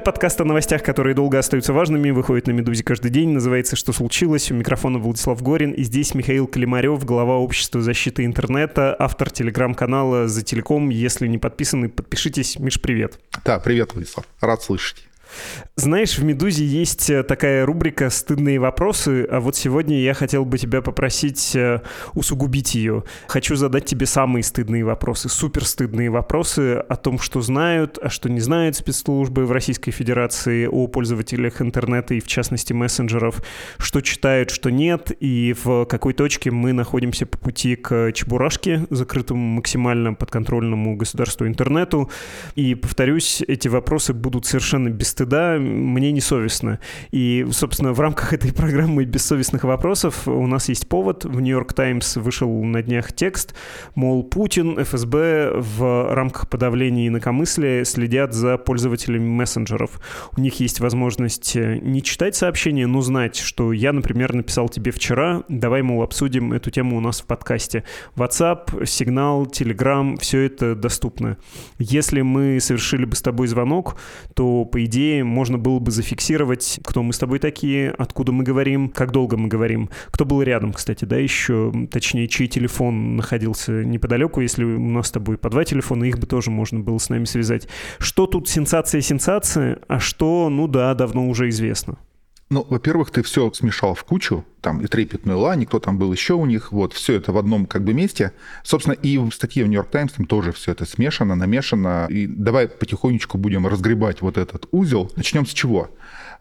подкаст о новостях, которые долго остаются важными, выходит на «Медузе» каждый день, называется «Что случилось?». У микрофона Владислав Горин, и здесь Михаил Климарев, глава Общества защиты интернета, автор телеграм-канала «За телеком». Если не подписаны, подпишитесь. Миш, привет. Да, привет, Владислав. Рад слышать. Знаешь, в «Медузе» есть такая рубрика «Стыдные вопросы», а вот сегодня я хотел бы тебя попросить усугубить ее. Хочу задать тебе самые стыдные вопросы, суперстыдные вопросы о том, что знают, а что не знают спецслужбы в Российской Федерации о пользователях интернета и, в частности, мессенджеров, что читают, что нет, и в какой точке мы находимся по пути к Чебурашке, закрытому максимально подконтрольному государству интернету. И, повторюсь, эти вопросы будут совершенно без стыда, мне не совестно. И, собственно, в рамках этой программы бессовестных вопросов у нас есть повод. В «Нью-Йорк Таймс» вышел на днях текст, мол, Путин, ФСБ в рамках подавления инакомыслия следят за пользователями мессенджеров. У них есть возможность не читать сообщения, но знать, что я, например, написал тебе вчера, давай, мол, обсудим эту тему у нас в подкасте. WhatsApp, Signal, Telegram, все это доступно. Если мы совершили бы с тобой звонок, то, по идее, можно было бы зафиксировать, кто мы с тобой такие, откуда мы говорим, как долго мы говорим, кто был рядом, кстати, да, еще, точнее, чей телефон находился неподалеку, если у нас с тобой по два телефона, их бы тоже можно было с нами связать. Что тут сенсация, а что, ну да, давно уже известно. Ну, во-первых, ты все смешал в кучу, там и трепетную лань, кто там был еще у них, вот, все это в одном как бы месте. Собственно, и в статье в «Нью-Йорк Таймс» там тоже все это смешано, намешано. И давай потихонечку будем разгребать вот этот узел. Начнем с чего?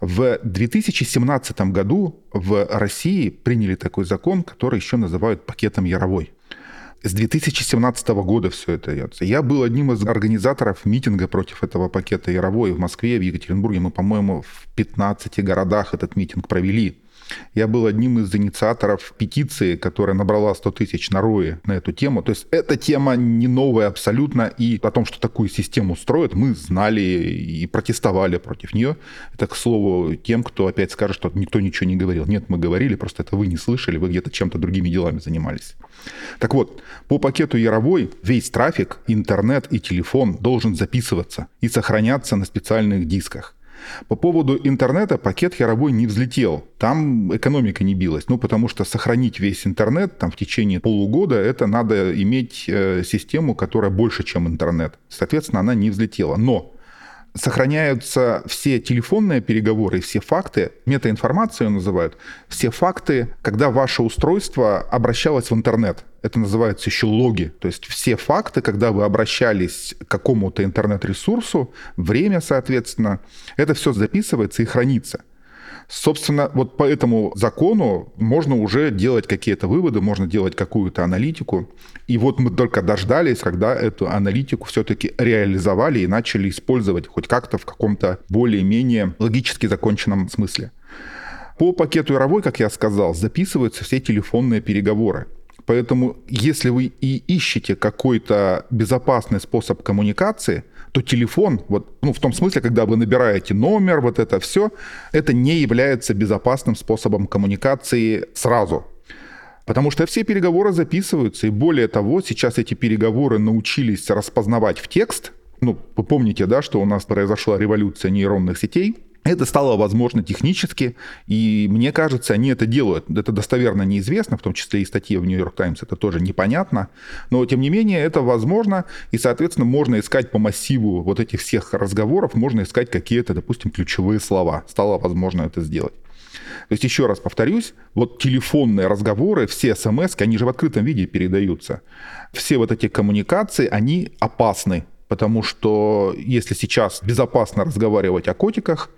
В 2017 году в России приняли такой закон, который еще называют пакетом Яровой. С 2017 года все это идет. Я был одним из организаторов митинга против этого пакета Яровой в Москве, в Екатеринбурге. Мы, по-моему, в 15 городах этот митинг провели. Я был одним из инициаторов петиции, которая набрала 100 тысяч на РОИ на эту тему. То есть эта тема не новая абсолютно. И о том, что такую систему строят, мы знали и протестовали против нее. Это, к слову, тем, кто опять скажет, что никто ничего не говорил. Нет, мы говорили, просто это вы не слышали, вы где-то чем-то другими делами занимались. Так вот, по пакету Яровой весь трафик, интернет и телефон должен записываться и сохраняться на специальных дисках. По поводу интернета пакет Яровой не взлетел. Там экономика не билась. Ну, потому что сохранить весь интернет там, в течение полугода, это надо иметь систему, которая больше, чем интернет. Соответственно, она не взлетела. Но сохраняются все телефонные переговоры, все факты, метаинформацию называют, все факты, когда ваше устройство обращалось в интернет. Это называется еще логи. То есть все факты, когда вы обращались к какому-то интернет-ресурсу, время, соответственно, это все записывается и хранится. Собственно, вот по этому закону можно уже делать какие-то выводы, можно делать какую-то аналитику. И вот мы только дождались, когда эту аналитику все-таки реализовали и начали использовать хоть как-то в каком-то более-менее логически законченном смысле. По пакету Яровой, как я сказал, записываются все телефонные переговоры. Поэтому, если вы и ищете какой-то безопасный способ коммуникации, то телефон, вот, ну, в том смысле, когда вы набираете номер, вот это все, это не является безопасным способом коммуникации сразу. Потому что все переговоры записываются, и более того, сейчас эти переговоры научились распознавать в текст. Ну, вы помните, да, что у нас произошла революция нейронных сетей. Это стало возможно технически, и мне кажется, они это делают. Это достоверно неизвестно, в том числе и статье в «Нью-Йорк Таймс», это тоже непонятно. Но, тем не менее, это возможно, и, соответственно, можно искать по массиву вот этих всех разговоров, можно искать какие-то, допустим, ключевые слова. Стало возможно это сделать. То есть, еще раз повторюсь, вот телефонные разговоры, все смс-ки, они же в открытом виде передаются. Все вот эти коммуникации, они опасны, потому что если сейчас безопасно разговаривать о котиках,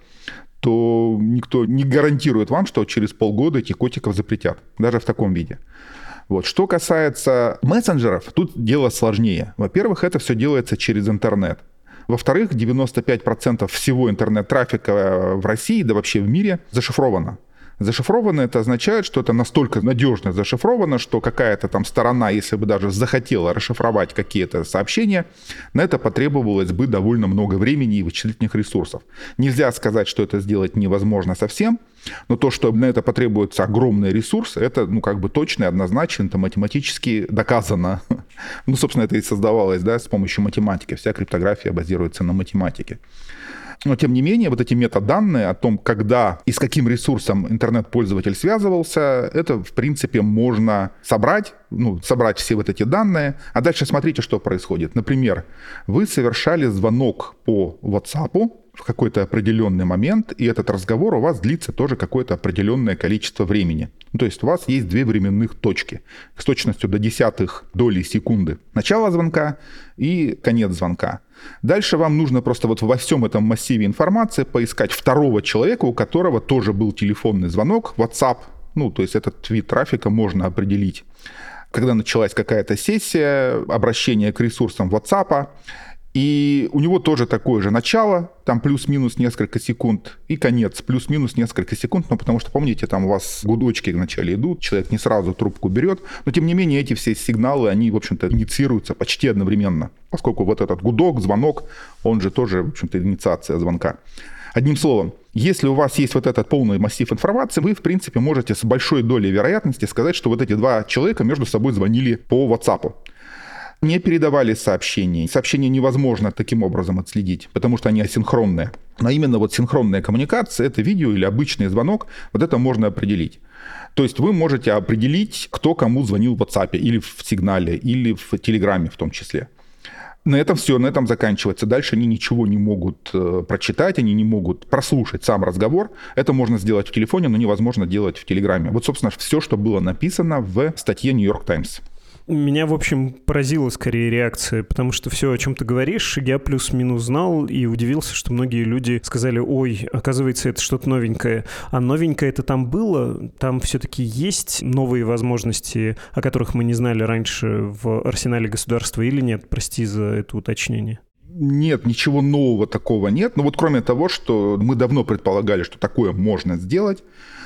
то никто не гарантирует вам, что через полгода этих котиков запретят, даже в таком виде. Вот. Что касается мессенджеров, тут дело сложнее. Во-первых, это все делается через интернет. Во-вторых, 95% всего интернет-трафика в России, да вообще в мире, зашифровано. Зашифровано — это означает, что это настолько надежно зашифровано, что какая-то там сторона, если бы даже захотела расшифровать какие-то сообщения, на это потребовалось бы довольно много времени и вычислительных ресурсов. Нельзя сказать, что это сделать невозможно совсем, но то, что на это потребуется огромный ресурс, это точно и однозначно, это математически доказано. Собственно, это и создавалось, да, с помощью математики. Вся криптография базируется на математике. Но, тем не менее, вот эти метаданные о том, когда и с каким ресурсом интернет-пользователь связывался, это, в принципе, можно собрать все вот эти данные, а дальше смотрите, что происходит. Например, вы совершали звонок по WhatsApp в какой-то определенный момент, и этот разговор у вас длится тоже какое-то определенное количество времени. То есть у вас есть две временных точки с точностью до десятых доли секунды. Начало звонка и конец звонка. Дальше вам нужно просто вот во всем этом массиве информации поискать второго человека, у которого тоже был телефонный звонок, WhatsApp. То есть этот вид трафика можно определить. Когда началась какая-то сессия, обращение к ресурсам WhatsApp, и у него тоже такое же начало, там плюс-минус несколько секунд, и конец, плюс-минус несколько секунд, потому что, помните, там у вас гудочки вначале идут, человек не сразу трубку берет, но тем не менее эти все сигналы, они, в общем-то, инициируются почти одновременно, поскольку вот этот гудок, звонок, он же тоже, в общем-то, инициация звонка. Одним словом, если у вас есть вот этот полный массив информации, вы, в принципе, можете с большой долей вероятности сказать, что вот эти два человека между собой звонили по WhatsApp. Не передавали сообщения. Сообщения невозможно таким образом отследить, потому что они асинхронные. Но именно вот синхронная коммуникация, это видео или обычный звонок, вот это можно определить. То есть вы можете определить, кто кому звонил в WhatsApp, или в Сигнале, или в Телеграме в том числе. На этом все, на этом заканчивается. Дальше они ничего не могут прочитать, они не могут прослушать сам разговор. Это можно сделать в телефоне, но невозможно делать в Телеграме. Вот, собственно, все, что было написано в статье New York Times. Меня, в общем, поразила скорее реакция, потому что все, о чем ты говоришь, я плюс-минус знал и удивился, что многие люди сказали: ой, оказывается, это что-то новенькое. А новенькое это там было? Там все-таки есть новые возможности, о которых мы не знали раньше в арсенале государства или нет? Прости за это уточнение. Нет, ничего нового такого нет. Вот кроме того, что мы давно предполагали, что такое можно сделать,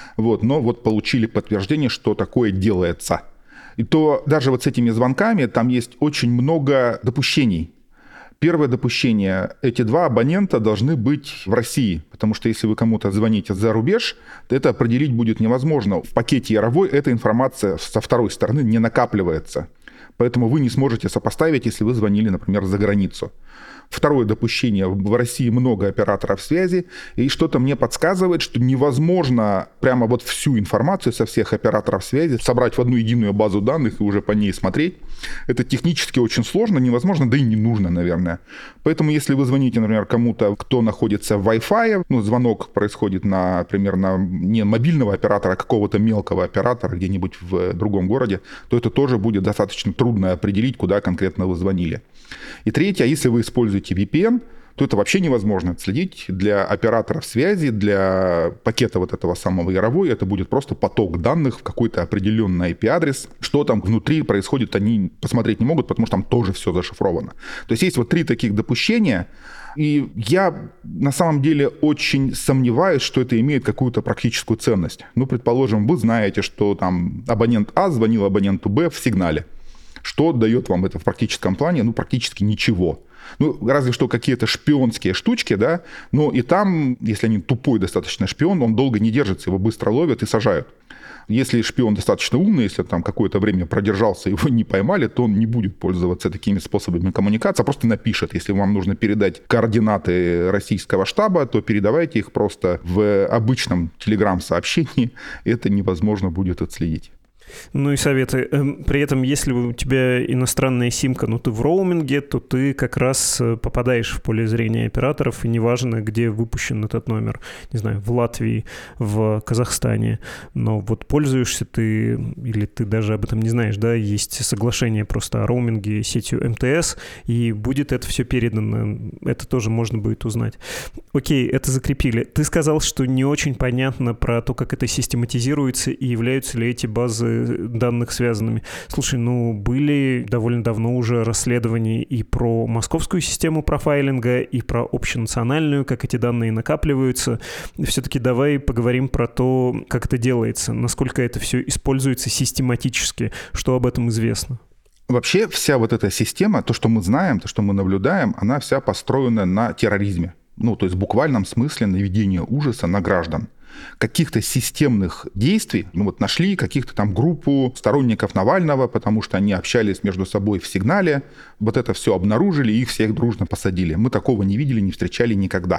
но получили подтверждение, что такое делается. И то даже вот с этими звонками там есть очень много допущений. Первое допущение. Эти два абонента должны быть в России, потому что если вы кому-то звоните за рубеж, то это определить будет невозможно. В пакете Яровой эта информация со второй стороны не накапливается. Поэтому вы не сможете сопоставить, если вы звонили, например, за границу. Второе допущение. В России много операторов связи, и что-то мне подсказывает, что невозможно прямо вот всю информацию со всех операторов связи собрать в одну единую базу данных и уже по ней смотреть. Это технически очень сложно, невозможно, да и не нужно, наверное. Поэтому если вы звоните, например, кому-то, кто находится в Wi-Fi, звонок происходит, например, на не мобильного оператора, а какого-то мелкого оператора где-нибудь в другом городе, то это тоже будет достаточно трудно определить, куда конкретно вы звонили. И третье, если вы используете VPN, то это вообще невозможно отследить. Для операторов связи, для пакета вот этого самого Яровой, это будет просто поток данных в какой-то определенный IP-адрес. Что там внутри происходит, они посмотреть не могут, потому что там тоже все зашифровано. То есть есть вот три таких допущения, и я на самом деле очень сомневаюсь, что это имеет какую-то практическую ценность. Предположим, вы знаете, что там абонент А звонил абоненту Б в Сигнале. Что дает вам это в практическом плане? Практически ничего. Разве что какие-то шпионские штучки, да, но и там, если они тупой достаточно шпион, он долго не держится, его быстро ловят и сажают. Если шпион достаточно умный, если там какое-то время продержался, его не поймали, то он не будет пользоваться такими способами коммуникации, а просто напишет. Если вам нужно передать координаты российского штаба, то передавайте их просто в обычном телеграм-сообщении, это невозможно будет отследить. И советы. При этом, если у тебя иностранная симка, ты в роуминге, то ты как раз попадаешь в поле зрения операторов, и неважно, где выпущен этот номер. Не знаю, в Латвии, в Казахстане. Но пользуешься ты, или ты даже об этом не знаешь, да, есть соглашение просто о роуминге сетью МТС, и будет это все передано. Это тоже можно будет узнать. Окей, это закрепили. Ты сказал, что не очень понятно про то, как это систематизируется, и являются ли эти базы данных связанными. Слушай, были довольно давно уже расследования и про московскую систему профайлинга, и про общенациональную, как эти данные накапливаются. Все-таки давай поговорим про то, как это делается, насколько это все используется систематически, что об этом известно. Вообще вся вот эта система, то, что мы знаем, то, что мы наблюдаем, она вся построена на терроризме. То есть в буквальном смысле наведение ужаса на граждан. Каких-то системных действий, нашли каких-то там группу сторонников Навального, потому что они общались между собой в Сигнале, это все обнаружили, их всех дружно посадили. Мы такого не видели, не встречали никогда.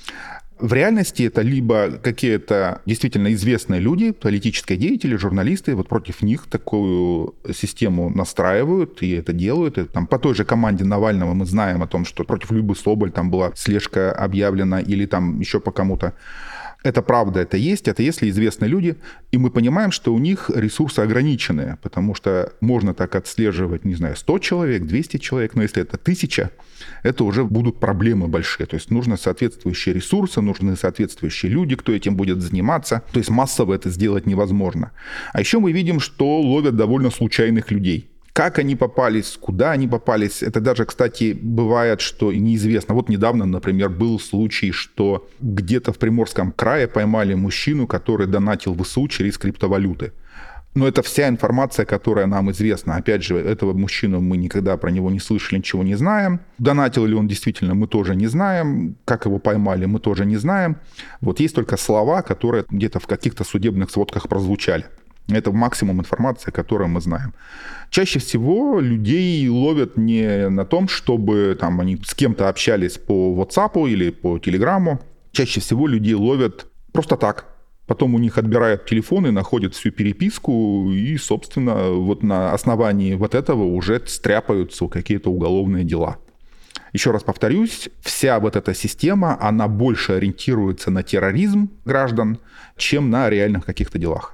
В реальности это либо какие-то действительно известные люди, политические деятели, журналисты, вот против них такую систему настраивают и это делают. И там по той же команде Навального мы знаем о том, что против Любы Соболь там была слежка объявлена или там еще по кому-то. Это правда, это есть, это если известные люди, и мы понимаем, что у них ресурсы ограниченные, потому что можно так отслеживать, не знаю, 100 человек, 200 человек, но если это 1000, это уже будут проблемы большие. То есть нужны соответствующие ресурсы, нужны соответствующие люди, кто этим будет заниматься. То есть массово это сделать невозможно. А еще мы видим, что ловят довольно случайных людей. Как они попались, куда они попались, это даже, кстати, бывает, что неизвестно. Вот недавно, например, был случай, что где-то в Приморском крае поймали мужчину, который донатил в ВСУ через криптовалюты. Но это вся информация, которая нам известна. Опять же, этого мужчину мы никогда про него не слышали, ничего не знаем. Донатил ли он действительно, мы тоже не знаем. Как его поймали, мы тоже не знаем. Вот есть только слова, которые где-то в каких-то судебных сводках прозвучали. Это максимум информации, которую мы знаем. Чаще всего людей ловят не на том, чтобы там, они с кем-то общались по WhatsApp или по Telegram. Чаще всего людей ловят просто так. Потом у них отбирают телефоны, находят всю переписку и, собственно, вот на основании вот этого уже стряпаются какие-то уголовные дела. Еще раз повторюсь, вся вот эта система, она больше ориентируется на терроризм граждан, чем на реальных каких-то делах.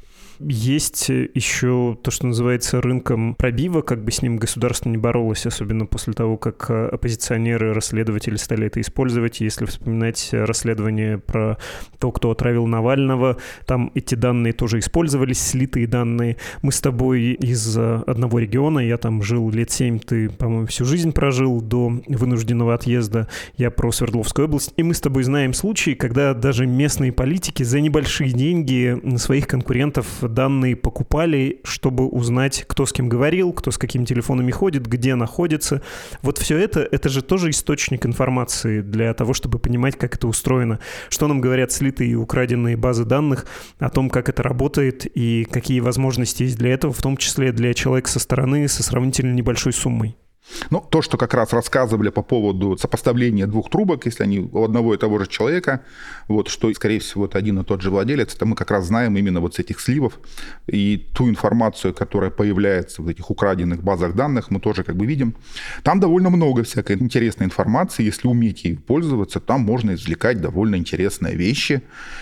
Есть еще то, что называется рынком пробива, как бы с ним государство не боролось, особенно после того, как оппозиционеры, расследователи стали это использовать. Если вспоминать расследование про то, кто отравил Навального, там эти данные тоже использовались, слитые данные. Мы с тобой из одного региона, я там жил лет 7, ты, по-моему, всю жизнь прожил до вынужденного отъезда. Я про Свердловскую область. И мы с тобой знаем случаи, когда даже местные политики за небольшие деньги своих конкурентов данные покупали, чтобы узнать, кто с кем говорил, кто с какими телефонами ходит, где находится. Вот все это же тоже источник информации для того, чтобы понимать, как это устроено. Что нам говорят слитые и украденные базы данных о том, как это работает и какие возможности есть для этого, в том числе для человека со стороны со сравнительно небольшой суммой. Ну, то, что как раз рассказывали по поводу сопоставления двух трубок, если они у одного и того же человека, вот, что, скорее всего, это один и тот же владелец, это мы как раз знаем именно вот с этих сливов. И ту информацию, которая появляется в этих украденных базах данных, мы тоже как бы видим. Там довольно много всякой интересной информации. Если уметь ей пользоваться, там можно извлекать довольно интересные вещи.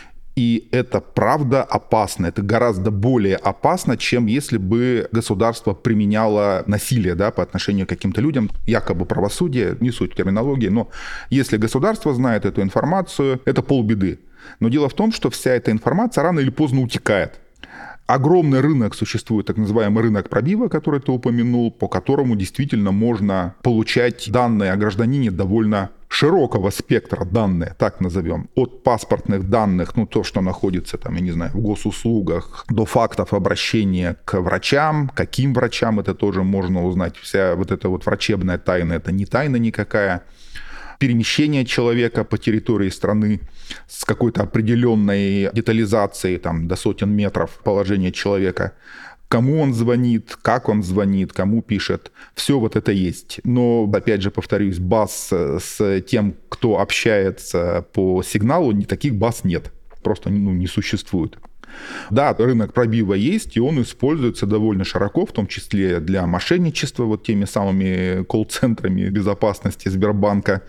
И это правда опасно. Это гораздо более опасно, чем если бы государство применяло насилие, да, по отношению к каким-то людям. Якобы правосудие, не суть терминологии, но если государство знает эту информацию, это полбеды. Но дело в том, что вся эта информация рано или поздно утекает. Огромный рынок существует, так называемый рынок пробива, который ты упомянул, по которому действительно можно получать данные о гражданине довольно широкого спектра данные, так назовем, от паспортных данных, ну то, что находится там, я не знаю, в госуслугах, до фактов обращения к врачам, каким врачам это тоже можно узнать. Вся вот эта вот врачебная тайна, это не тайна никакая. Перемещение человека по территории страны с какой-то определенной детализацией, там, до сотен метров положения человека, кому он звонит, как он звонит, кому пишет, все вот это есть. Но, опять же, повторюсь, баз с тем, кто общается по сигналу, таких баз нет, просто не существует. Да, рынок пробива есть, и он используется довольно широко, в том числе для мошенничества, вот теми самыми колл-центрами безопасности Сбербанка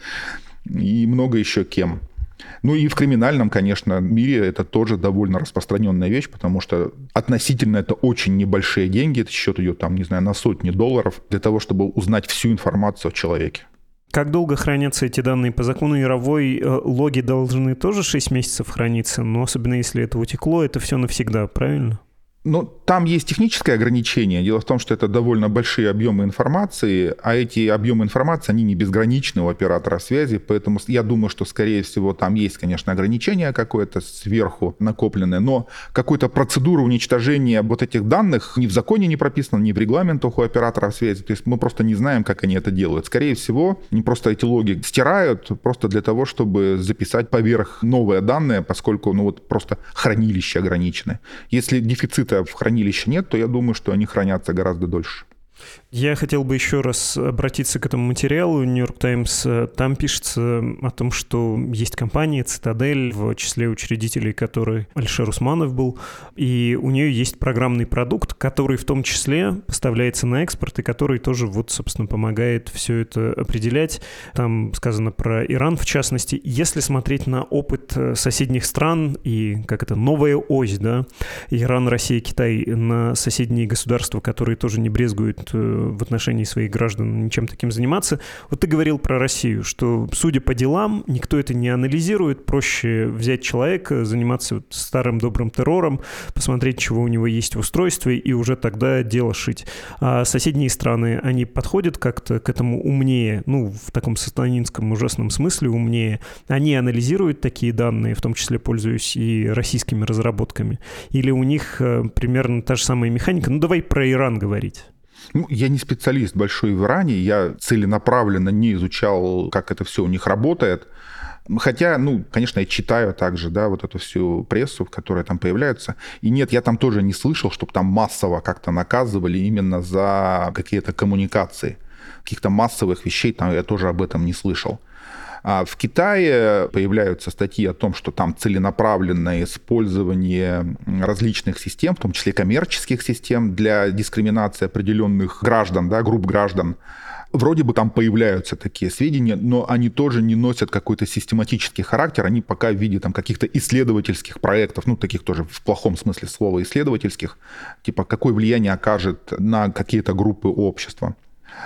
и много еще кем. Ну и в криминальном, конечно, мире это тоже довольно распространенная вещь, потому что относительно это очень небольшие деньги, это счет идет там, не знаю, на сотни долларов для того, чтобы узнать всю информацию о человеке. Как долго хранятся эти данные? По закону Яровой логи должны тоже 6 месяцев храниться, но особенно если это утекло, это все навсегда, правильно? Ну, там есть техническое ограничение. Дело в том, что это довольно большие объемы информации, а эти объемы информации, они не безграничны у оператора связи, поэтому я думаю, что, скорее всего, там есть, конечно, ограничение какое-то сверху накопленное, но какой-то процедуры уничтожения вот этих данных ни в законе не прописано, ни в регламентах у операторов связи, то есть мы просто не знаем, как они это делают. Скорее всего, они просто эти логи стирают просто для того, чтобы записать поверх новые данные, поскольку, ну, вот просто хранилище ограничено. Если дефицита в хранилище нет, то я думаю, что они хранятся гораздо дольше. Я хотел бы еще раз обратиться к этому материалу «Нью-Йорк Таймс». Там пишется о том, что есть компания «Цитадель», в числе учредителей которой Алишер Усманов был, и у нее есть программный продукт, который в том числе поставляется на экспорт, и который тоже, вот, собственно, помогает все это определять. Там сказано про Иран, в частности. Если смотреть на опыт соседних стран и, как это, новая ось, да, Иран, Россия, Китай, на соседние государства, которые тоже не брезгуют в отношении своих граждан ничем таким заниматься. Вот ты говорил про Россию, что, судя по делам, никто это не анализирует, проще взять человека, заниматься вот старым добрым террором, посмотреть, чего у него есть в устройстве, и уже тогда дело шить. А соседние страны, они подходят как-то к этому умнее, ну, в таком сатанинском ужасном смысле умнее. Они анализируют такие данные, в том числе пользуясь и российскими разработками. Или у них примерно та же самая механика? Ну, давай про Иран говорить. Ну, я не специалист большой в Иране, я целенаправленно не изучал, как это все у них работает. Хотя, ну, конечно, я читаю также, да, вот эту всю прессу, которая там появляется. И нет, я там тоже не слышал, чтобы там массово как-то наказывали именно за какие-то коммуникации. Каких-то массовых вещей там я тоже об этом не слышал. А в Китае появляются статьи о том, что там целенаправленное использование различных систем, в том числе коммерческих систем, для дискриминации определенных граждан, да, групп граждан. Вроде бы там появляются такие сведения, но они тоже не носят какой-то систематический характер, они пока в виде там каких-то исследовательских проектов, ну, таких тоже в плохом смысле слова исследовательских, типа какое влияние окажет на какие-то группы общества.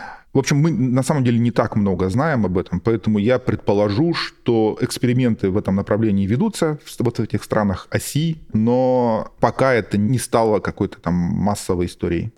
В общем, мы на самом деле не так много знаем об этом, поэтому я предположу, что эксперименты в этом направлении ведутся вот в этих странах оси, но пока это не стало какой-то там массовой историей.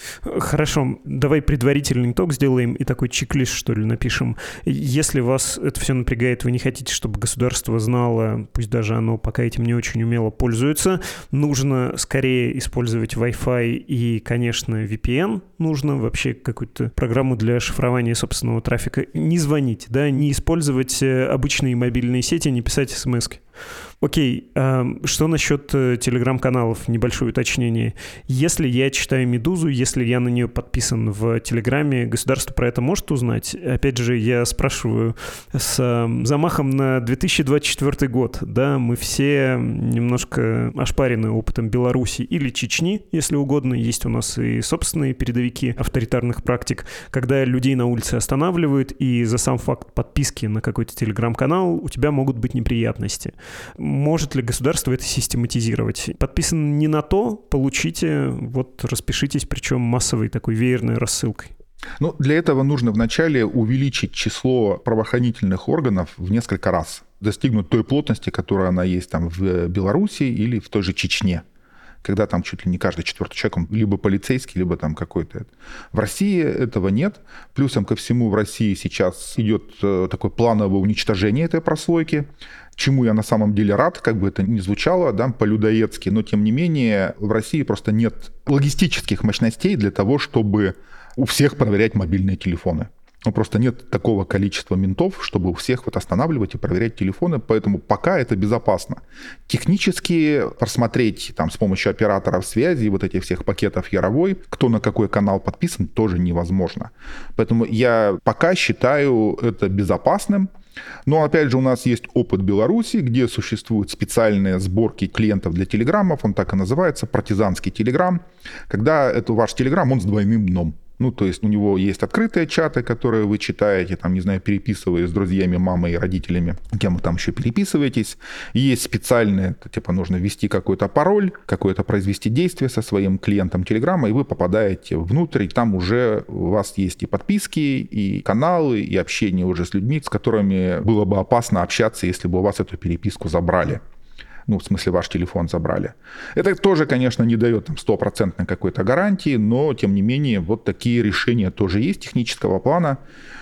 Хорошо, давай предварительный итог сделаем и такой чек-лист, что ли, напишем. Если вас это все напрягает, вы не хотите, чтобы государство знало, пусть даже оно пока этим не очень умело пользуется, нужно скорее использовать Wi-Fi и, конечно, VPN. Нужно вообще какую-то программу для шифрования собственного трафика. Не звонить, да, не использовать обычные мобильные сети, не писать смс-ки. Окей, что насчет телеграм-каналов? Небольшое уточнение. Если я читаю «Медузу», если я на нее подписан в Телеграме, государство про это может узнать? Опять же, я спрашиваю с замахом на 2024 год. Да, мы все немножко ошпарены опытом Беларуси или Чечни, если угодно. Есть у нас и собственные передовики авторитарных практик, когда людей на улице останавливают, и за сам факт подписки на какой-то телеграм-канал у тебя могут быть неприятности. Может ли государство это систематизировать? Подписан не на то, получите, вот распишитесь, причем массовой такой веерной рассылкой. Ну, для этого нужно вначале увеличить число правоохранительных органов в несколько раз, достигнуть той плотности, которая она есть там в Беларуси или в той же Чечне, когда там чуть ли не каждый четвертый человек, он либо полицейский, либо там какой-то. В России этого нет. Плюсом ко всему в России сейчас идет такое плановое уничтожение этой прослойки, чему я на самом деле рад, как бы это ни звучало, да, по-людоедски, но тем не менее в России просто нет логистических мощностей для того, чтобы у всех проверять мобильные телефоны. Ну, просто нет такого количества ментов, чтобы у всех вот останавливать и проверять телефоны, поэтому пока это безопасно. Технически просмотреть там с помощью операторов связи, вот этих всех пакетов Яровой, кто на какой канал подписан, тоже невозможно. Поэтому я пока считаю это безопасным. Но, опять же, у нас есть опыт Беларуси, где существуют специальные сборки клиентов для телеграммов, он так и называется, партизанский телеграм, когда это ваш телеграм, он с двойным дном. Ну, то есть у него есть открытые чаты, которые вы читаете, там, не знаю, переписываясь с друзьями, мамой и родителями, кем вы там еще переписываетесь. И есть специальные, типа нужно ввести какой-то пароль, какое-то произвести действие со своим клиентом Телеграма, и вы попадаете внутрь, и там уже у вас есть и подписки, и каналы, и общение уже с людьми, с которыми было бы опасно общаться, если бы у вас эту переписку забрали. Ну, в смысле, ваш телефон забрали. Это тоже, конечно, не дает там стопроцентной какой-то гарантии, но, тем не менее, вот такие решения тоже есть технического плана.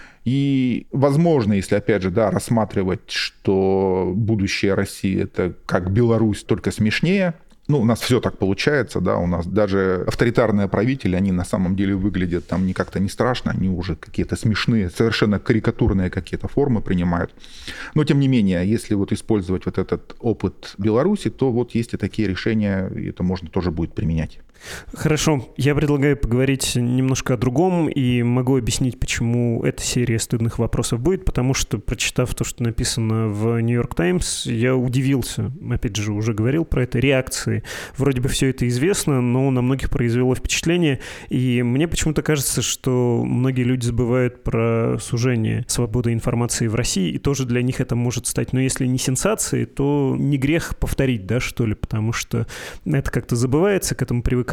И, возможно, если, опять же, да, рассматривать, что будущее России — это как Беларусь, только смешнее, У нас все так получается, да, у нас даже авторитарные правители, они на самом деле выглядят там как-то не страшно, они уже какие-то смешные, совершенно карикатурные какие-то формы принимают. Но, тем не менее, если вот использовать вот этот опыт Беларуси, то вот есть и такие решения, и это можно тоже будет применять. Хорошо, я предлагаю поговорить немножко о другом, и могу объяснить, почему эта серия стыдных вопросов будет, потому что, прочитав то, что написано в New York Times, я удивился, опять же, уже говорил про это, реакции. Вроде бы все это известно, но на многих произвело впечатление, и мне почему-то кажется, что многие люди забывают про сужение свободы информации в России, и тоже для них это может стать, но если не сенсацией, то не грех повторить, да, что ли, потому что это как-то забывается, к этому привыкаешь.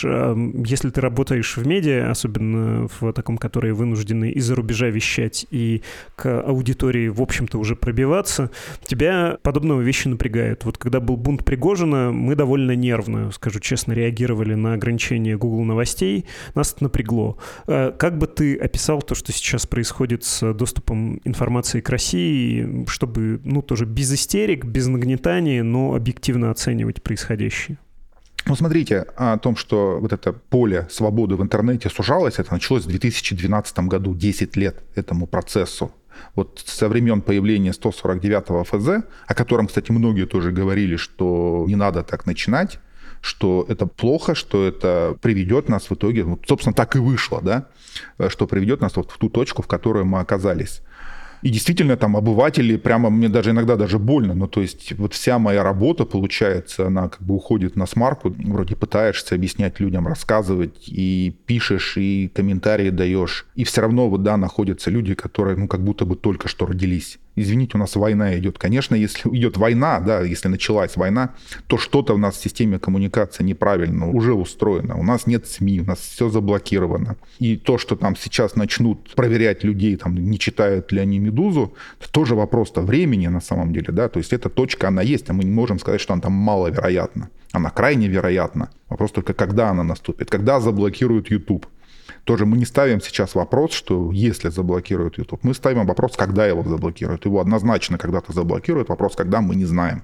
Если ты работаешь в медиа, особенно в таком, которые вынуждены из-за рубежа вещать и к аудитории, в общем-то, уже пробиваться, тебя подобного вещи напрягают. Вот когда был бунт Пригожина, мы довольно нервно, скажу честно, реагировали на ограничения Google новостей, нас это напрягло. Как бы ты описал то, что сейчас происходит с доступом информации к России, чтобы, тоже без истерик, без нагнетания, но объективно оценивать происходящее? Смотрите, о том, что вот это поле свободы в интернете сужалось, это началось в 2012 году, 10 лет этому процессу. Вот со времен появления 149-го ФЗ, о котором, кстати, многие тоже говорили, что не надо так начинать, что это плохо, что это приведет нас в итоге, собственно, так и вышло, да, что приведет нас вот в ту точку, в которой мы оказались. И действительно, там обыватели, прямо мне даже иногда даже больно. То есть вот вся моя работа, получается, она как бы уходит на смарку. Вроде пытаешься объяснять людям, рассказывать, и пишешь, и комментарии даешь. И все равно вот, да, находятся люди, которые, как будто бы только что родились. Извините, у нас война идет. Конечно, если идет война, да, если началась война, то что-то у нас в системе коммуникации неправильно уже устроено. У нас нет СМИ, у нас все заблокировано. И то, что там сейчас начнут проверять людей, там, не читают ли они «Медузу», это тоже вопрос-то времени на самом деле, да. То есть эта точка, она есть, а мы не можем сказать, что она там маловероятна. Она крайне вероятна. Вопрос только, когда она наступит, когда заблокируют YouTube. Тоже мы не ставим сейчас вопрос, что если заблокируют YouTube, мы ставим вопрос, когда его заблокируют. Его однозначно когда-то заблокируют, вопрос, когда, мы не знаем.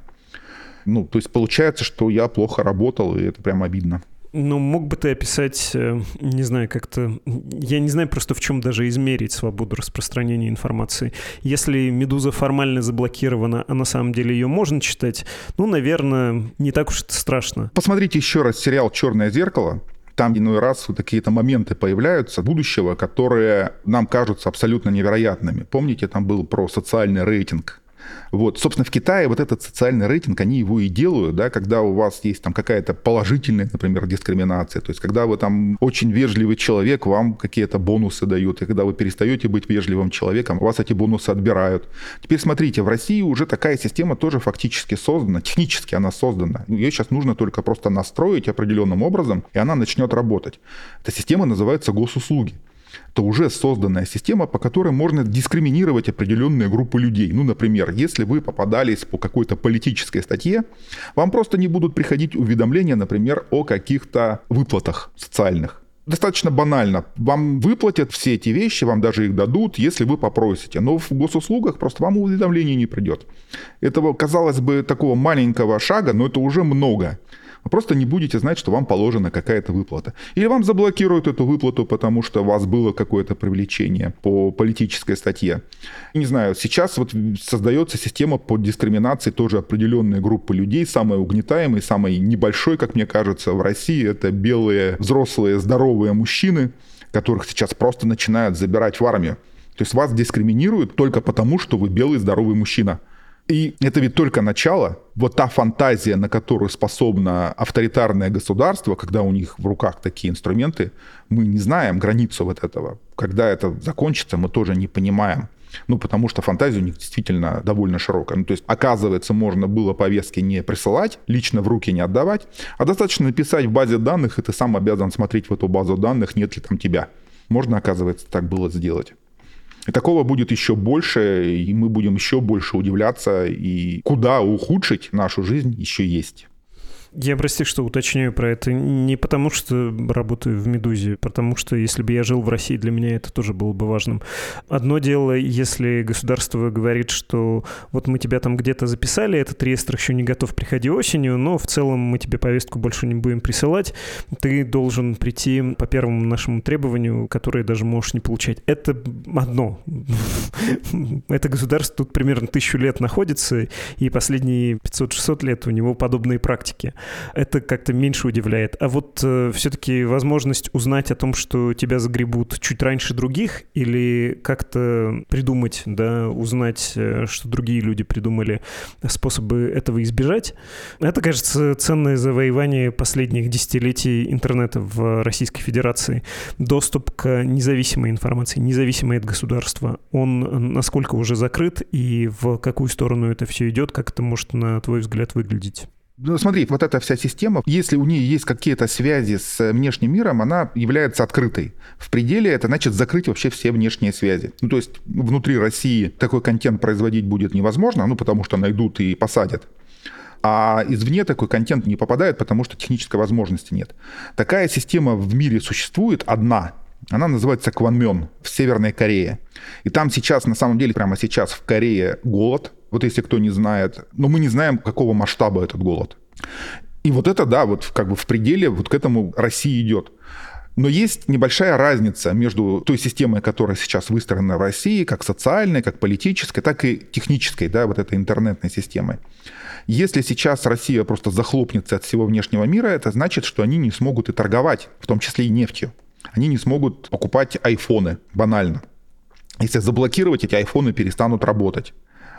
То есть получается, что я плохо работал, и это прям обидно. Мог бы ты описать, не знаю, как-то... Я не знаю просто, в чем даже измерить свободу распространения информации. Если «Медуза» формально заблокирована, а на самом деле ее можно читать, наверное, не так уж это страшно. Посмотрите еще раз сериал «Черное зеркало». Там иной раз вот какие-то моменты появляются будущего, которые нам кажутся абсолютно невероятными. Помните, там был про социальный рейтинг? Вот, собственно, в Китае вот этот социальный рейтинг, они его и делают, да, когда у вас есть там какая-то положительная, например, дискриминация, то есть когда вы там очень вежливый человек, вам какие-то бонусы дают, и когда вы перестаете быть вежливым человеком, у вас эти бонусы отбирают. Теперь смотрите, в России уже такая система тоже фактически создана, технически она создана. Ее сейчас нужно только просто настроить определенным образом, и она начнет работать. Эта система называется госуслуги. Это уже созданная система, по которой можно дискриминировать определенные группы людей. Например, если вы попадались по какой-то политической статье, вам просто не будут приходить уведомления, например, о каких-то выплатах социальных. Достаточно банально. Вам выплатят все эти вещи, вам даже их дадут, если вы попросите. Но в госуслугах просто вам уведомление не придет. Этого, казалось бы, такого маленького шага, но это уже много. Вы просто не будете знать, что вам положена какая-то выплата. Или вам заблокируют эту выплату, потому что у вас было какое-то привлечение по политической статье. Не знаю, сейчас вот создается система по дискриминации тоже определенной группы людей, самой угнетаемой, самой небольшой, как мне кажется, в России. Это белые, взрослые, здоровые мужчины, которых сейчас просто начинают забирать в армию. То есть вас дискриминируют только потому, что вы белый, здоровый мужчина. И это ведь только начало. Вот та фантазия, на которую способно авторитарное государство, когда у них в руках такие инструменты, мы не знаем границу вот этого. Когда это закончится, мы тоже не понимаем. Потому что фантазия у них действительно довольно широкая. То есть, оказывается, можно было повестки не присылать, лично в руки не отдавать, а достаточно написать в базе данных, и ты сам обязан смотреть в эту базу данных, нет ли там тебя. Можно, оказывается, так было сделать. И такого будет еще больше, и мы будем еще больше удивляться, и куда ухудшить нашу жизнь еще есть. Я, прости, что уточняю про это. Не потому, что работаю в «Медузе», потому что если бы я жил в России, для меня это тоже было бы важным. Одно дело, если государство говорит, что вот мы тебя там где-то записали, этот реестр еще не готов, приходи осенью, но в целом мы тебе повестку больше не будем присылать, ты должен прийти по первому нашему требованию, которое даже можешь не получать. Это одно. Это государство тут примерно 1000 лет находится, и последние 500-600 лет у него подобные практики. Это как-то меньше удивляет. А вот все-таки возможность узнать о том, что тебя загребут чуть раньше других, или как-то придумать, да, узнать, что другие люди придумали способы этого избежать, это, кажется, ценное завоевание последних десятилетий интернета в Российской Федерации. Доступ к независимой информации, независимой от государства, он насколько уже закрыт и в какую сторону это все идет, как это может, на твой взгляд, выглядеть? Ну, смотри, вот эта вся система, если у нее есть какие-то связи с внешним миром, она является открытой. В пределе это значит закрыть вообще все внешние связи. Ну, то есть внутри России такой контент производить будет невозможно, ну, потому что найдут и посадят. А извне такой контент не попадает, потому что технической возможности нет. Такая система в мире существует одна. Она называется Кванмён в Северной Корее. И там сейчас, на самом деле, прямо сейчас в Корее голод. Вот если кто не знает. Но мы не знаем, какого масштаба этот голод. И вот это, да, вот как бы в пределе вот к этому Россия идет. Но есть небольшая разница между той системой, которая сейчас выстроена в России, как социальной, как политической, так и технической, да, вот этой интернетной системой. Если сейчас Россия просто захлопнется от всего внешнего мира, это значит, что они не смогут и торговать, в том числе и нефтью. Они не смогут покупать айфоны, банально. Если заблокировать, эти айфоны перестанут работать.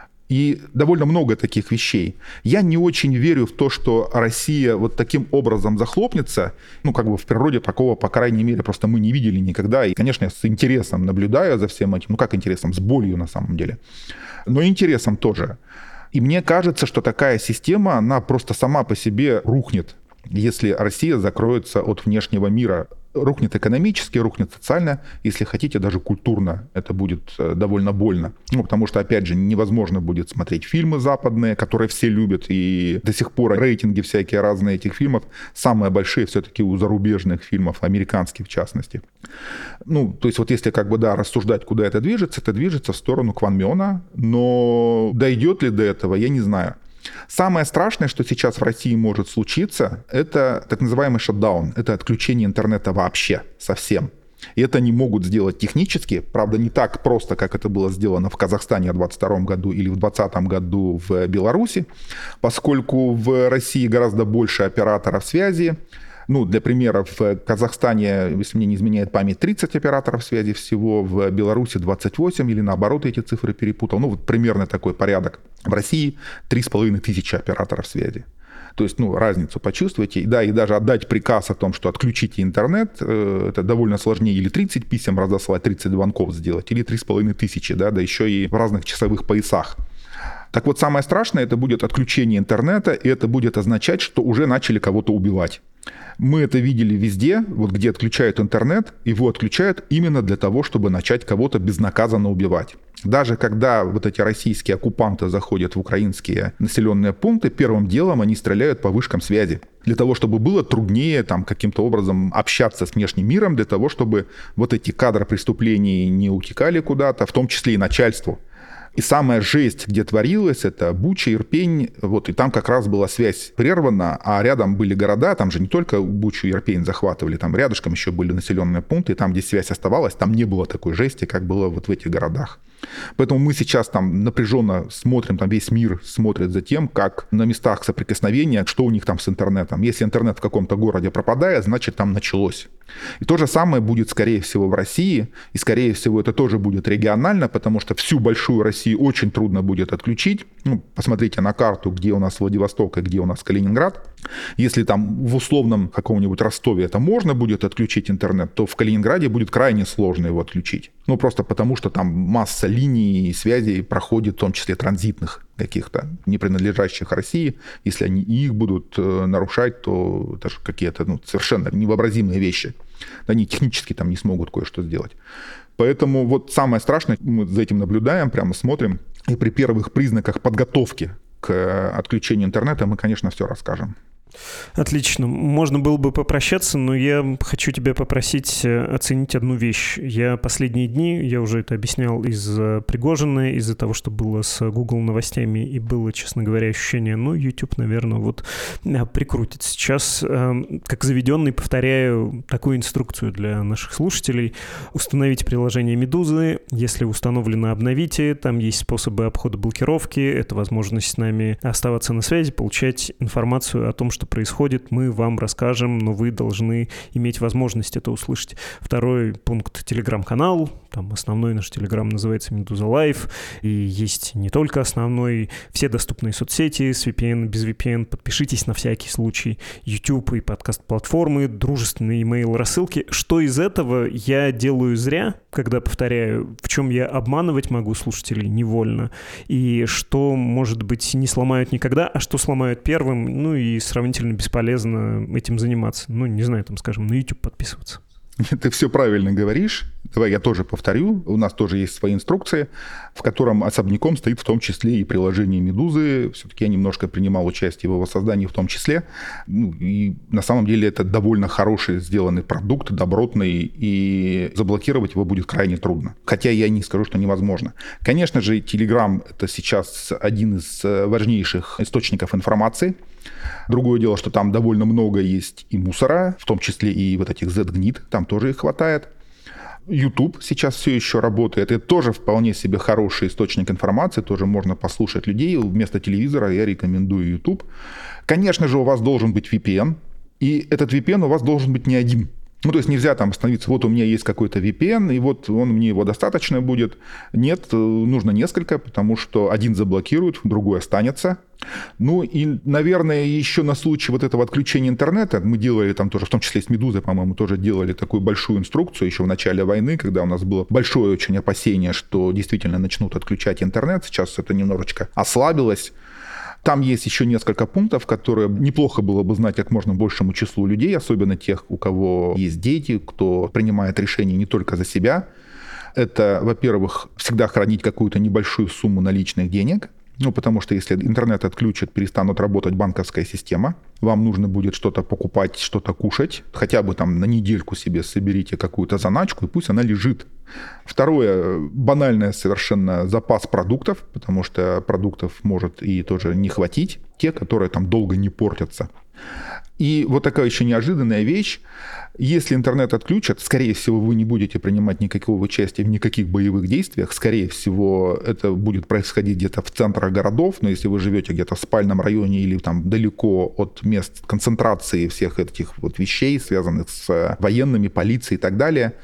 И довольно много таких вещей. Я не очень верю в то, что Россия вот таким образом захлопнется. Ну, как бы в природе такого, по крайней мере, просто мы не видели никогда. И, конечно, я с интересом наблюдаю за всем этим. Ну, как интересом? С болью, на самом деле. Но интересом тоже. И мне кажется, что такая система, она просто сама по себе рухнет, если Россия закроется от внешнего мира. Рухнет экономически, рухнет социально, если хотите, даже культурно это будет довольно больно. Ну, потому что, опять же, невозможно будет смотреть фильмы западные, которые все любят, и до сих пор рейтинги всякие разные этих фильмов самые большие все-таки у зарубежных фильмов, американских в частности. Ну, то есть вот если как бы, да, рассуждать, куда это движется в сторону Кванмёна, но дойдет ли до этого, я не знаю. Самое страшное, что сейчас в России может случиться, это так называемый шатдаун, это отключение интернета вообще, совсем. И это они могут сделать технически, правда, не так просто, как это было сделано в Казахстане в 2022 году или в 2020 году в Беларуси, поскольку в России гораздо больше операторов связи. Ну, для примера, в Казахстане, если мне не изменяет память, 30 операторов связи всего, в Беларуси 28, или наоборот, эти цифры перепутал. Ну, вот примерно такой порядок. В России 3500 операторов связи. То есть, ну, разницу почувствуйте. И, да, и даже отдать приказ о том, что отключите интернет, это довольно сложнее. Или 30 писем разослать, 30 звонков сделать, или 3500, да еще и в разных часовых поясах. Так вот, самое страшное, это будет отключение интернета, и это будет означать, что уже начали кого-то убивать. Мы это видели везде, вот где отключают интернет, его отключают именно для того, чтобы начать кого-то безнаказанно убивать. Даже когда вот эти российские оккупанты заходят в украинские населенные пункты, первым делом они стреляют по вышкам связи. Для того, чтобы было труднее там каким-то образом общаться с внешним миром, для того, чтобы вот эти кадры преступлений не утекали куда-то, в том числе и начальству. И самая жесть, где творилось, это Буча, Ирпень, вот, и там как раз была связь прервана, а рядом были города, там же не только Бучу и Ирпень захватывали, там рядышком еще были населенные пункты, и там, где связь оставалась, там не было такой жести, как было вот в этих городах. Поэтому мы сейчас там напряженно смотрим, там весь мир смотрит за тем, как на местах соприкосновения, что у них там с интернетом. Если интернет в каком-то городе пропадает, значит там началось. И то же самое будет, скорее всего, в России, и, скорее всего, это тоже будет регионально, потому что всю большую Россию очень трудно будет отключить. Ну, посмотрите на карту, где у нас Владивосток и где у нас Калининград. Если там в условном каком-нибудь Ростове это можно будет отключить интернет, то в Калининграде будет крайне сложно его отключить. Ну, просто потому, что там масса линий и связей проходит, в том числе транзитных каких-то, не принадлежащих России. Если они их будут нарушать, то это же какие-то совершенно невообразимые вещи. Они технически там не смогут кое-что сделать. Поэтому вот самое страшное, мы за этим наблюдаем, прямо смотрим. И при первых признаках подготовки к отключению интернета мы, конечно, все расскажем. Отлично. Можно было бы попрощаться, но я хочу тебя попросить оценить одну вещь. Я последние дни, я уже это объяснял из-за Пригожина, из-за того, что было с Google новостями, и было, честно говоря, ощущение, YouTube, наверное, прикрутит. Сейчас, как заведенный, повторяю такую инструкцию для наших слушателей. Установите приложение «Медузы». Если установлено, обновите. Там есть способы обхода блокировки. Это возможность с нами оставаться на связи, получать информацию о том, что происходит, мы вам расскажем, но вы должны иметь возможность это услышать. Второй пункт — телеграм-канал. Там основной наш телеграм называется «Медуза Лайв». И есть не только основной, все доступные соцсети с VPN, без VPN. Подпишитесь на всякий случай. YouTube и подкаст-платформы, дружественные email-рассылки. Что из этого я делаю зря, когда повторяю, в чем я обманывать могу слушателей невольно, и что, может быть, не сломают никогда, а что сломают первым, и сравнительно бесполезно этим заниматься. Не знаю, скажем, на YouTube подписываться. Ты все правильно говоришь. Давай я тоже повторю. У нас тоже есть свои инструкции, в котором особняком стоит в том числе и приложение «Медузы». Все-таки я немножко принимал участие в его создании в том числе. И на самом деле это довольно хороший сделанный продукт, добротный, и заблокировать его будет крайне трудно. Хотя я не скажу, что невозможно. Конечно же, Telegram — это сейчас один из важнейших источников информации. Другое дело, что там довольно много есть и мусора, в том числе и этих Z-гнид, там тоже их хватает. YouTube сейчас все еще работает. Это тоже вполне себе хороший источник информации, тоже можно послушать людей. Вместо телевизора я рекомендую YouTube. Конечно же, у вас должен быть VPN, и этот VPN у вас должен быть не один. То есть нельзя остановиться, у меня есть какой-то VPN, и мне его достаточно будет. Нет, нужно несколько, потому что один заблокируют, другой останется. И, наверное, еще на случай этого отключения интернета, мы делали там тоже, в том числе с «Медузой», по-моему, тоже делали такую большую инструкцию еще в начале войны, когда у нас было большое очень опасение, что действительно начнут отключать интернет. Сейчас это немножечко ослабилось. Там есть еще несколько пунктов, которые неплохо было бы знать как можно большему числу людей, особенно тех, у кого есть дети, кто принимает решения не только за себя. Это, во-первых, всегда хранить какую-то небольшую сумму наличных денег, потому что если интернет отключат, перестанут работать банковская система, вам нужно будет что-то покупать, что-то кушать, хотя бы на недельку себе соберите какую-то заначку, и пусть она лежит. Второе, банальное совершенно запас продуктов, потому что продуктов может и тоже не хватить, те, которые долго не портятся. И такая еще неожиданная вещь. Если интернет отключат, скорее всего, вы не будете принимать никакого участия в никаких боевых действиях. Скорее всего, это будет происходить где-то в центрах городов. Но если вы живете где-то в спальном районе или далеко от мест концентрации всех этих вещей, связанных с военными, полицией и так далее,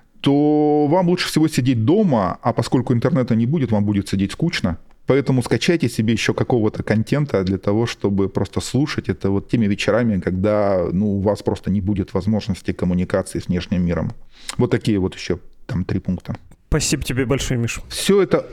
то вам лучше всего сидеть дома, а поскольку интернета не будет, вам будет сидеть скучно. Поэтому скачайте себе еще какого-то контента для того, чтобы просто слушать это теми вечерами, когда у вас просто не будет возможности коммуникации с внешним миром. Такие еще 3 пункта. Спасибо тебе большое, Миш. Все это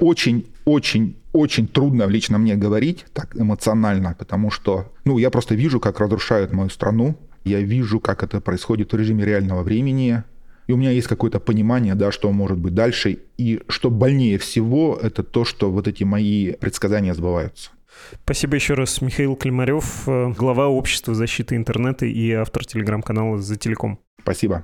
очень трудно лично мне говорить так эмоционально, потому что я просто вижу, как разрушают мою страну. Я вижу, как это происходит в режиме реального времени. И у меня есть какое-то понимание, что может быть дальше. И что больнее всего, это то, что эти мои предсказания сбываются. Спасибо еще раз. Михаил Климарев, глава Общества защиты интернета и автор телеграм-канала «За Телеком». Спасибо.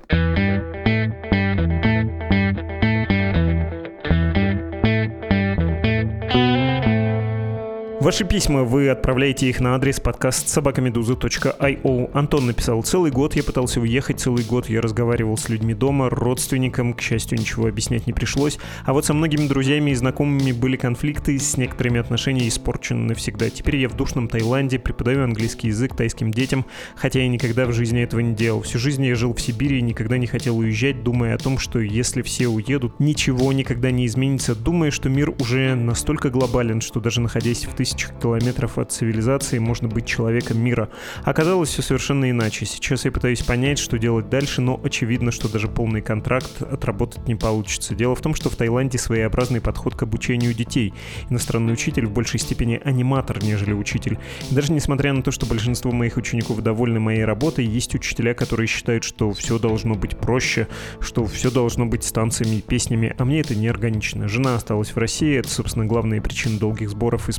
Ваши письма вы отправляете их на адрес podcast@meduza.io. Антон написал: целый год я пытался уехать, целый год я разговаривал с людьми дома, родственникам, к счастью, ничего объяснять не пришлось. А со многими друзьями и знакомыми были конфликты, с некоторыми отношения испорчены навсегда. Теперь я в душном Таиланде, преподаю английский язык тайским детям, хотя я никогда в жизни этого не делал. Всю жизнь я жил в Сибири и никогда не хотел уезжать, думая о том, что если все уедут, ничего никогда не изменится, думая, что мир уже настолько глобален, что даже находясь в тысячах километров от цивилизации можно быть человеком мира. Оказалось все совершенно иначе. Сейчас я пытаюсь понять, что делать дальше, но очевидно, что даже полный контракт отработать не получится. Дело в том, что в Таиланде своеобразный подход к обучению детей. Иностранный учитель в большей степени аниматор, нежели учитель. И даже несмотря на то, что большинство моих учеников довольны моей работой, есть учителя, которые считают, что все должно быть проще, что все должно быть с танцами и песнями, а мне это не органично. Жена осталась в России, это, собственно, главная причина долгих сборов и споров.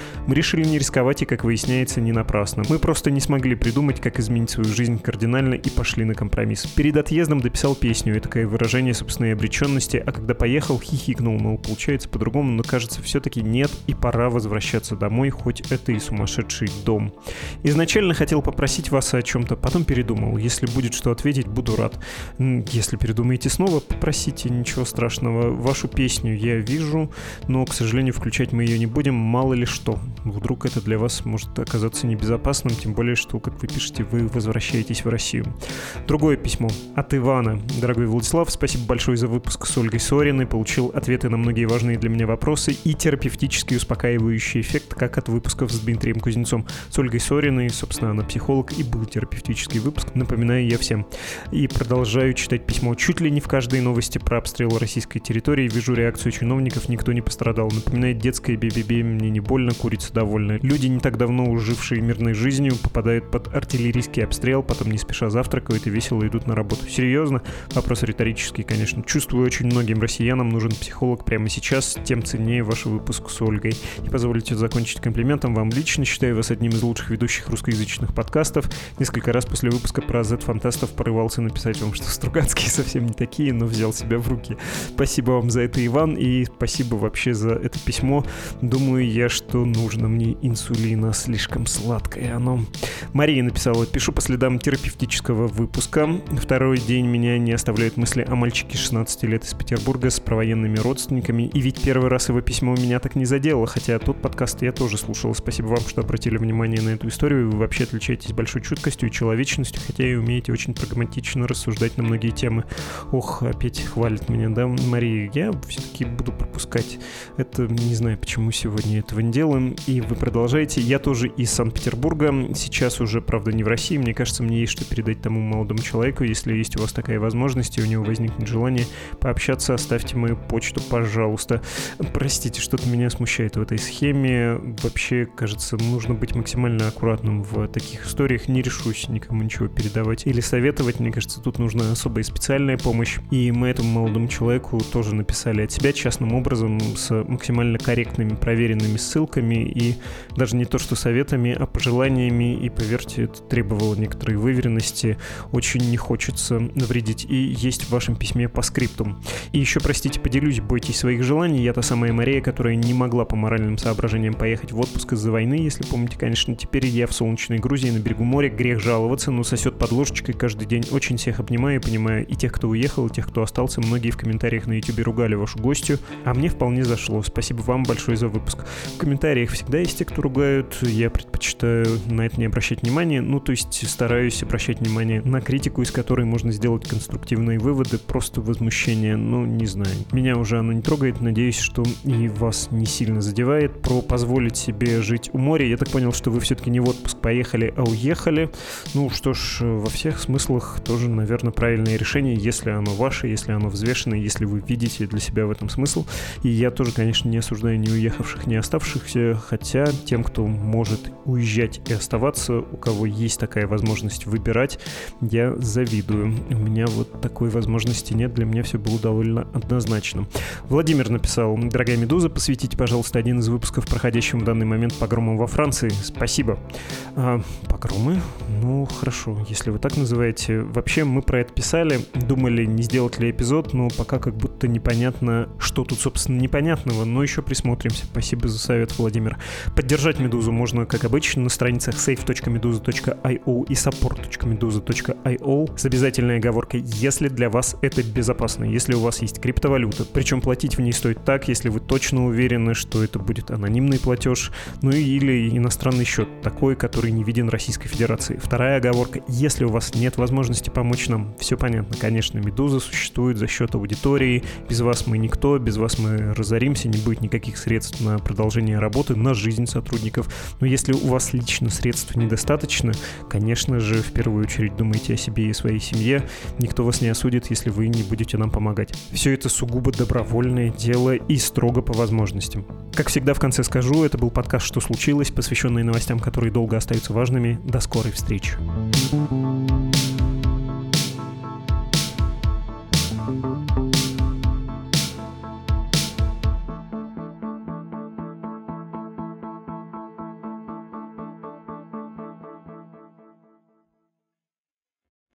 Мы решили не рисковать, и, как выясняется, не напрасно. Мы просто не смогли придумать, как изменить свою жизнь кардинально, и пошли на компромисс. Перед отъездом дописал песню, этакое выражение собственной обреченности, а когда поехал, хихикнул, мол, получается по-другому, но кажется, все-таки нет, и пора возвращаться домой, хоть это и сумасшедший дом. Изначально хотел попросить вас о чем-то, потом передумал. Если будет что ответить, буду рад. Если передумаете снова, попросите, ничего страшного. Вашу песню я вижу, но, к сожалению, включать мы ее не будем, мало ли что. Вдруг это для вас может оказаться небезопасным, тем более, что, как вы пишете, вы возвращаетесь в Россию. Другое письмо от Ивана. Дорогой Владислав, спасибо большое за выпуск с Ольгой Сориной. Получил ответы на многие важные для меня вопросы и терапевтический успокаивающий эффект, как от выпусков с Дмитрием Кузнецом. С Ольгой Сориной, собственно, она психолог, и был терапевтический выпуск, напоминаю я всем. И продолжаю читать письмо. Чуть ли не в каждой новости про обстрел российской территории вижу реакцию чиновников, никто не пострадал. Напоминает детское бе-бе-бе, мне не больно, курица довольна. Люди, не так давно жившие мирной жизнью, попадают под артиллерийский обстрел, потом не спеша завтракают и весело идут на работу. Серьезно? Вопрос риторический, конечно. Чувствую, очень многим россиянам нужен психолог прямо сейчас, тем ценнее ваш выпуск с Ольгой. И позволите закончить комплиментом вам лично. Считаю вас одним из лучших ведущих русскоязычных подкастов. Несколько раз после выпуска про Z-фантастов порывался написать вам, что Стругацкие совсем не такие, но взял себя в руки. Спасибо вам за это, Иван, и спасибо вообще за это письмо. Думаю я, что нужно мне инсулина, слишком сладкое оно. Мария написала: пишу по следам терапевтического выпуска. Второй день меня не оставляют мысли о мальчике 16 лет из Петербурга с провоенными родственниками, и ведь первый раз его письмо меня так не задело, хотя тот подкаст я тоже слушал. Спасибо вам, что обратили внимание на эту историю. Вы вообще отличаетесь большой чуткостью и человечностью, хотя и умеете очень прагматично рассуждать на многие темы. Ох, опять хвалит меня, да, Мария? Я все-таки буду пропускать. Это, не знаю, почему сегодня этого не делаем. И вы продолжаете. Я тоже из Санкт-Петербурга. Сейчас уже, правда, не в России. Мне кажется, мне есть что передать тому молодому человеку. Если есть у вас такая возможность, и у него возникнет желание пообщаться, оставьте мою почту, пожалуйста. Простите, что-то меня смущает в этой схеме. Вообще, кажется, нужно быть максимально аккуратным в таких историях. Не решусь никому ничего передавать или советовать. Мне кажется, тут нужна особая специальная помощь. И мы этому молодому человеку тоже написали от себя частным образом, с максимально корректными, проверенными ссылками, и даже не то что советами, а пожеланиями. И, поверьте, это требовало некоторой выверенности. Очень не хочется навредить. И есть в вашем письме по скриптум. И еще, простите, поделюсь, бойтесь своих желаний. Я та самая Мария, которая не могла по моральным соображениям поехать в отпуск из-за войны, если помните, конечно. Теперь я в солнечной Грузии на берегу моря. Грех жаловаться, но сосет под ложечкой каждый день. Очень всех обнимаю и понимаю. И тех, кто уехал, и тех, кто остался. Многие в комментариях на YouTube ругали вашу гостью, а мне вполне зашло. Спасибо вам большое за выпуск. В комментариях всегда есть те, кто ругают. Я предпочитаю на это не обращать внимания. Ну, то есть стараюсь обращать внимание на критику, из которой можно сделать конструктивные выводы. Просто возмущение, ну, не знаю. Меня уже оно не трогает. Надеюсь, что и вас не сильно задевает. Про позволить себе жить у моря. Я так понял, что вы все-таки не в отпуск поехали, а уехали. Ну, что ж, во всех смыслах тоже, наверное, правильное решение, если оно ваше, если оно взвешенное, если вы видите для себя в этом смысл. И я тоже, конечно, не осуждаю ни уехавших, ни оставшихся, хотя тем, кто может уезжать и оставаться, у кого есть такая возможность выбирать, я завидую. У меня вот такой возможности нет, для меня все было довольно однозначно. Владимир написал: дорогая Медуза, посвятите, пожалуйста, один из выпусков проходящим в данный момент погромам во Франции. Спасибо. Погромы? Ну, хорошо, если вы так называете. Вообще, мы про это писали, думали, не сделать ли эпизод, но пока как будто непонятно, что тут, собственно, непонятного, но еще присмотримся. Спасибо за совет, Владимир. Поддержать Медузу можно, как обычно, на страницах save.meduza.io и support.meduza.io с обязательной оговоркой, если для вас это безопасно, если у вас есть криптовалюта. Причем платить в ней стоит так, если вы точно уверены, что это будет анонимный платеж, ну или иностранный счет, такой, который не виден Российской Федерации. Вторая оговорка: если у вас нет возможности помочь нам, все понятно, конечно, Медуза существует за счет аудитории, без вас мы никто, без вас мы разоримся, не будет никаких средств на продолжение работы, на жизнь сотрудников. Но если у вас лично средств недостаточно, конечно же, в первую очередь думайте о себе и своей семье. Никто вас не осудит, если вы не будете нам помогать. Все это сугубо добровольное дело и строго по возможностям. Как всегда в конце скажу, это был подкаст «Что случилось?», посвященный новостям, которые долго остаются важными. До скорой встречи.